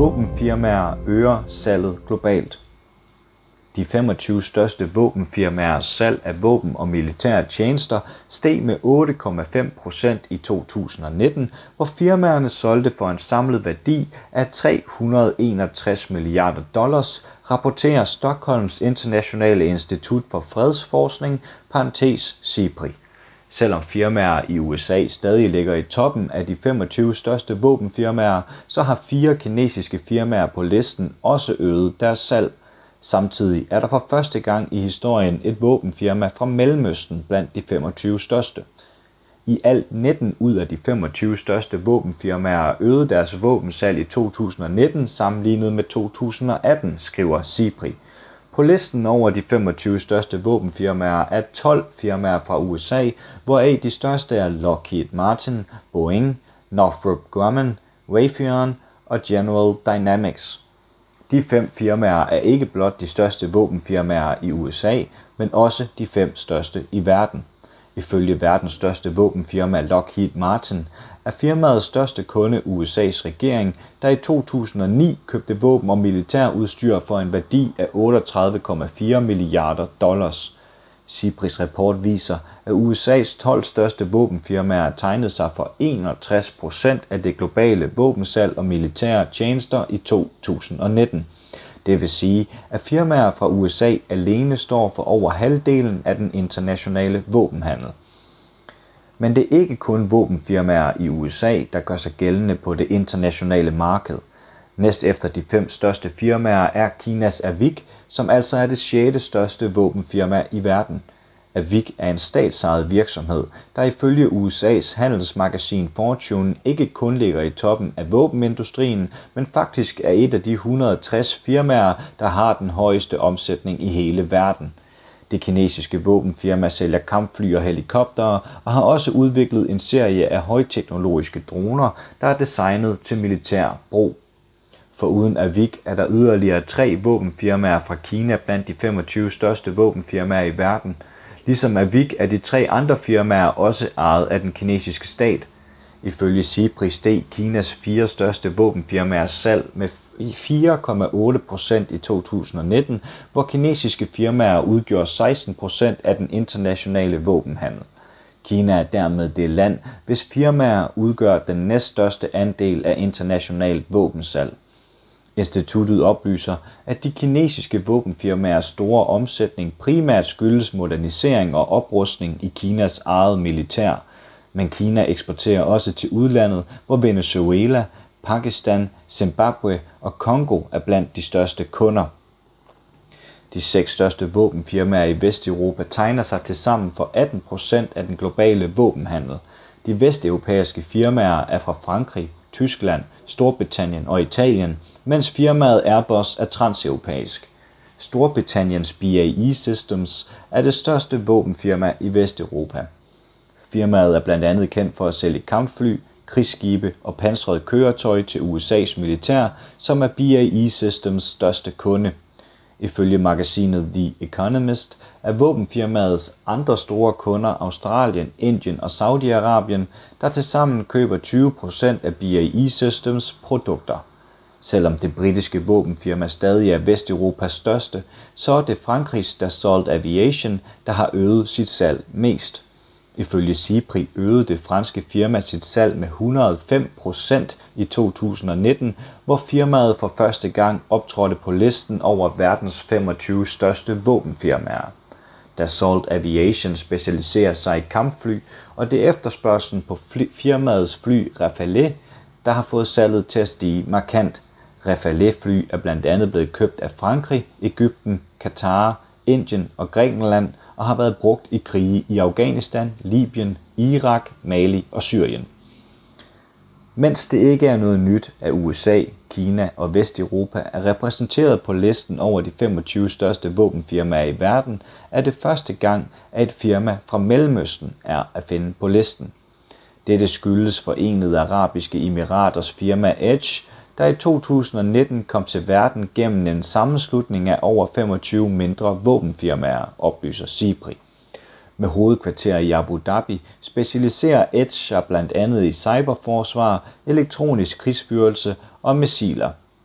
Våbenfirmaer øger salget globalt. De 25 største våbenfirmaers salg af våben og militære tjenester steg med 8,5% i 2019, hvor firmaerne solgte for en samlet værdi af 361 milliarder dollars, rapporterer Stockholms Internationale Institut for Fredsforskning, SIPRI. Selvom firmaer i USA stadig ligger i toppen af de 25 største våbenfirmaer, så har 4 kinesiske firmaer på listen også øget deres salg. Samtidig er der for første gang i historien et våbenfirma fra Mellemøsten blandt de 25 største. I alt 19 ud af de 25 største våbenfirmaer øgede deres våbensalg i 2019 sammenlignet med 2018, skriver SIPRI. På listen over de 25 største våbenfirmaer er 12 firmaer fra USA, hvoraf de største er Lockheed Martin, Boeing, Northrop Grumman, Raytheon og General Dynamics. De 5 firmaer er ikke blot de største våbenfirmaer i USA, men også de 5 største i verden. Ifølge verdens største våbenfirma Lockheed Martin er firmaets største kunde USA's regering, der i 2009 købte våben og militærudstyr for en værdi af 38,4 milliarder dollars. SIPRIs rapport viser, at USA's 12 største våbenfirmaer tegnede sig for 61% af det globale våbensalg og militære tjenester i 2019. Det vil sige, at firmaer fra USA alene står for over halvdelen af den internationale våbenhandel. Men det er ikke kun våbenfirmaer i USA, der gør sig gældende på det internationale marked. Næst efter de 5 største firmaer er Kinas Avic, som altså er det 6. største våbenfirma i verden. Avic er en statsejet virksomhed, der ifølge USA's handelsmagasin Fortune ikke kun ligger i toppen af våbenindustrien, men faktisk er et af de 160 firmaer, der har den højeste omsætning i hele verden. Det kinesiske våbenfirma sælger kampfly og helikoptere og har også udviklet en serie af højteknologiske droner, der er designet til militær brug. Foruden Avic er der yderligere 3 våbenfirmaer fra Kina blandt de 25 største våbenfirmaer i verden. Ligesom Avic er de 3 andre firmaer også ejet af den kinesiske stat. Ifølge SIPRI steg Kinas 4 største våbenfirmaers salg med 4,8% i 2019, hvor kinesiske firmaer udgjorde 16% af den internationale våbenhandel. Kina er dermed det land, hvis firmaer udgør den næststørste andel af internationalt våbensalg. Instituttet oplyser, at de kinesiske våbenfirmaers store omsætning primært skyldes modernisering og oprustning i Kinas eget militær, men Kina eksporterer også til udlandet, hvor Venezuela, Pakistan, Zimbabwe og Congo er blandt de største kunder. De 6 største våbenfirmaer i Vesteuropa tegner sig til sammen for 18% af den globale våbenhandel. De vesteuropæiske firmaer er fra Frankrig, Tyskland, Storbritannien og Italien, mens firmaet Airbus er transeuropæisk. Storbritanniens BAE Systems er det største våbenfirma i Vesteuropa. Firmaet er blandt andet kendt for at sælge kampfly, krigsskibe og pansrede køretøj til USA's militær, som er BAE Systems største kunde. Ifølge magasinet The Economist er våbenfirmaets andre store kunder Australien, Indien og Saudi-Arabien, der tilsammen køber 20% af BAE Systems produkter. Selvom det britiske våbenfirma stadig er Vesteuropas største, så er det Frankrigs Dassault Aviation, der har øget sit salg mest. Ifølge SIPRI øgede det franske firma sit salg med 105% i 2019, hvor firmaet for første gang optrådte på listen over verdens 25 største våbenfirmaer. Dassault Aviation specialiserer sig i kampfly, og det er efterspørgslen på firmaets fly Rafale, der har fået salget til at stige markant. Rafale-fly er blandt andet blevet købt af Frankrig, Egypten, Katar, Indien og Grækenland og har været brugt i krige i Afghanistan, Libyen, Irak, Mali og Syrien. Mens det ikke er noget nyt, at USA, Kina og Vesteuropa er repræsenteret på listen over de 25 største våbenfirmaer i verden, er det første gang, at et firma fra Mellemøsten er at finde på listen. Dette skyldes Forenede Arabiske Emiraters firma Edge, der i 2019 kom til verden gennem en sammenslutning af over 25 mindre våbenfirmaer, oplyser SIPRI. Med hovedkvarter i Abu Dhabi specialiserer Edge sig blandt andet i cyberforsvar, elektronisk krigsførelse og missiler.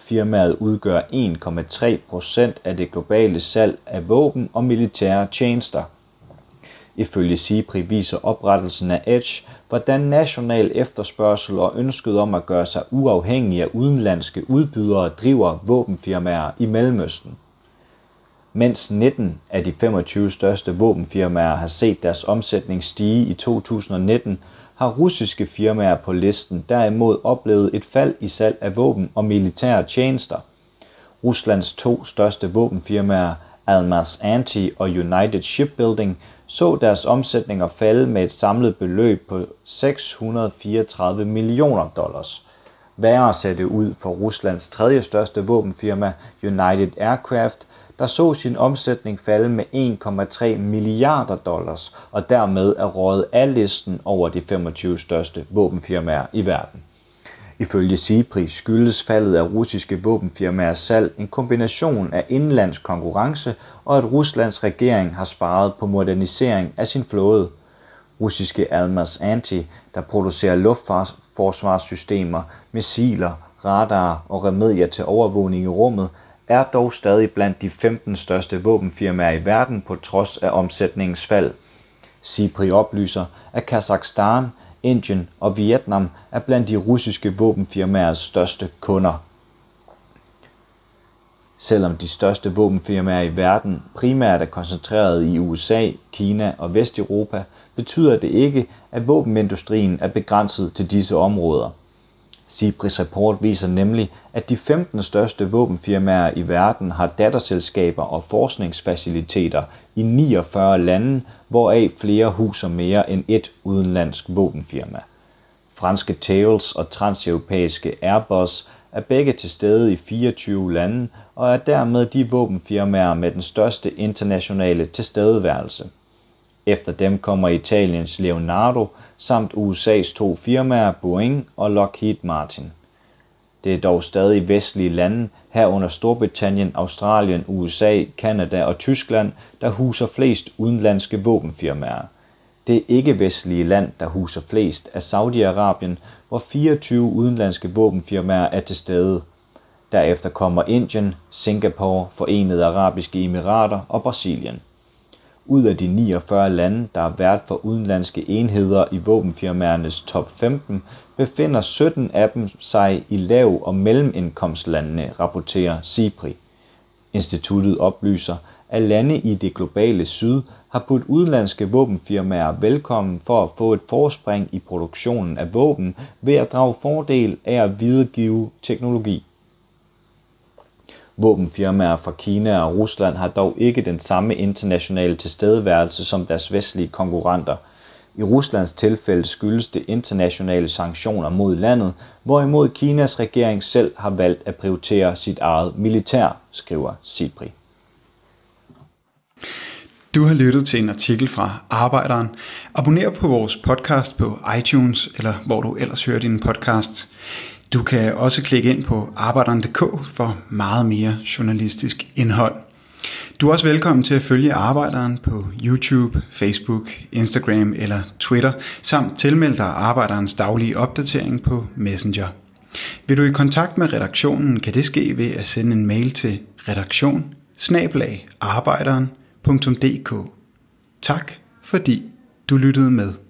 Firmaet udgør 1,3% af det globale salg af våben og militære tjenester. Ifølge SIPRI viser oprettelsen af Edge, hvordan national efterspørgsel og ønsket om at gøre sig uafhængig af udenlandske udbydere driver våbenfirmaer i Mellemøsten. Mens 19 af de 25 største våbenfirmaer har set deres omsætning stige i 2019, har russiske firmaer på listen derimod oplevet et fald i salg af våben og militære tjenester. Ruslands 2 største våbenfirmaer, Almaz-Antey og United Shipbuilding, så deres omsætninger falde med et samlet beløb på $634 millioner. Værre ser det ud for Ruslands 3. største våbenfirma, United Aircraft, der så sin omsætning falde med $1,3 milliarder og dermed er røget af listen over de 25 største våbenfirmaer i verden. Ifølge SIPRI skyldes faldet af russiske våbenfirmaers salg en kombination af indenlandsk konkurrence og at Ruslands regering har sparet på modernisering af sin flåde. Russiske Almaz-Antey, der producerer luftforsvarssystemer, missiler, radarer og remedier til overvågning i rummet, er dog stadig blandt de 15 største våbenfirmaer i verden på trods af omsætningens fald. SIPRI oplyser, at Kazakhstan, Indien og Vietnam er blandt de russiske våbenfirmaers største kunder. Selvom de største våbenfirmaer i verden primært er koncentreret i USA, Kina og Vesteuropa, betyder det ikke, at våbenindustrien er begrænset til disse områder. SIPRIs rapport viser nemlig, at de 15 største våbenfirmaer i verden har datterselskaber og forskningsfaciliteter i 49 lande, hvoraf flere huser mere end ét udenlandsk våbenfirma. Franske Thales og transeuropæiske Airbus er begge til stede i 24 lande og er dermed de våbenfirmaer med den største internationale tilstedeværelse. Efter dem kommer Italiens Leonardo samt USA's 2 firmaer Boeing og Lockheed Martin. Det er dog stadig vestlige lande, herunder Storbritannien, Australien, USA, Canada og Tyskland, der huser flest udenlandske våbenfirmaer. Det ikke-vestlige land, der huser flest, er Saudi-Arabien, hvor 24 udenlandske våbenfirmaer er til stede. Derefter kommer Indien, Singapore, Forenede Arabiske Emirater og Brasilien. Ud af de 49 lande, der er vært for udenlandske enheder i våbenfirmaernes top 15, befinder 17 af dem sig i lav- og mellemindkomstlandene, rapporterer SIPRI. Instituttet oplyser, at lande i det globale syd har budt udenlandske våbenfirmaer velkommen for at få et forspring i produktionen af våben ved at drage fordel af at videregive teknologi. Våbenfirmaer fra Kina og Rusland har dog ikke den samme internationale tilstedeværelse som deres vestlige konkurrenter. I Ruslands tilfælde skyldes det internationale sanktioner mod landet, hvorimod Kinas regering selv har valgt at prioritere sit eget militær, skriver SIPRI. Du har lyttet til en artikel fra Arbejderen. Abonner på vores podcast på iTunes eller hvor du ellers hører dine podcasts. Du kan også klikke ind på arbejderen.dk for meget mere journalistisk indhold. Du er også velkommen til at følge Arbejderen på YouTube, Facebook, Instagram eller Twitter, samt tilmelde dig Arbejderens daglige opdatering på Messenger. Vil du i kontakt med redaktionen, kan det ske ved at sende en mail til redaktion@arbejderen.dk. Tak fordi du lyttede med.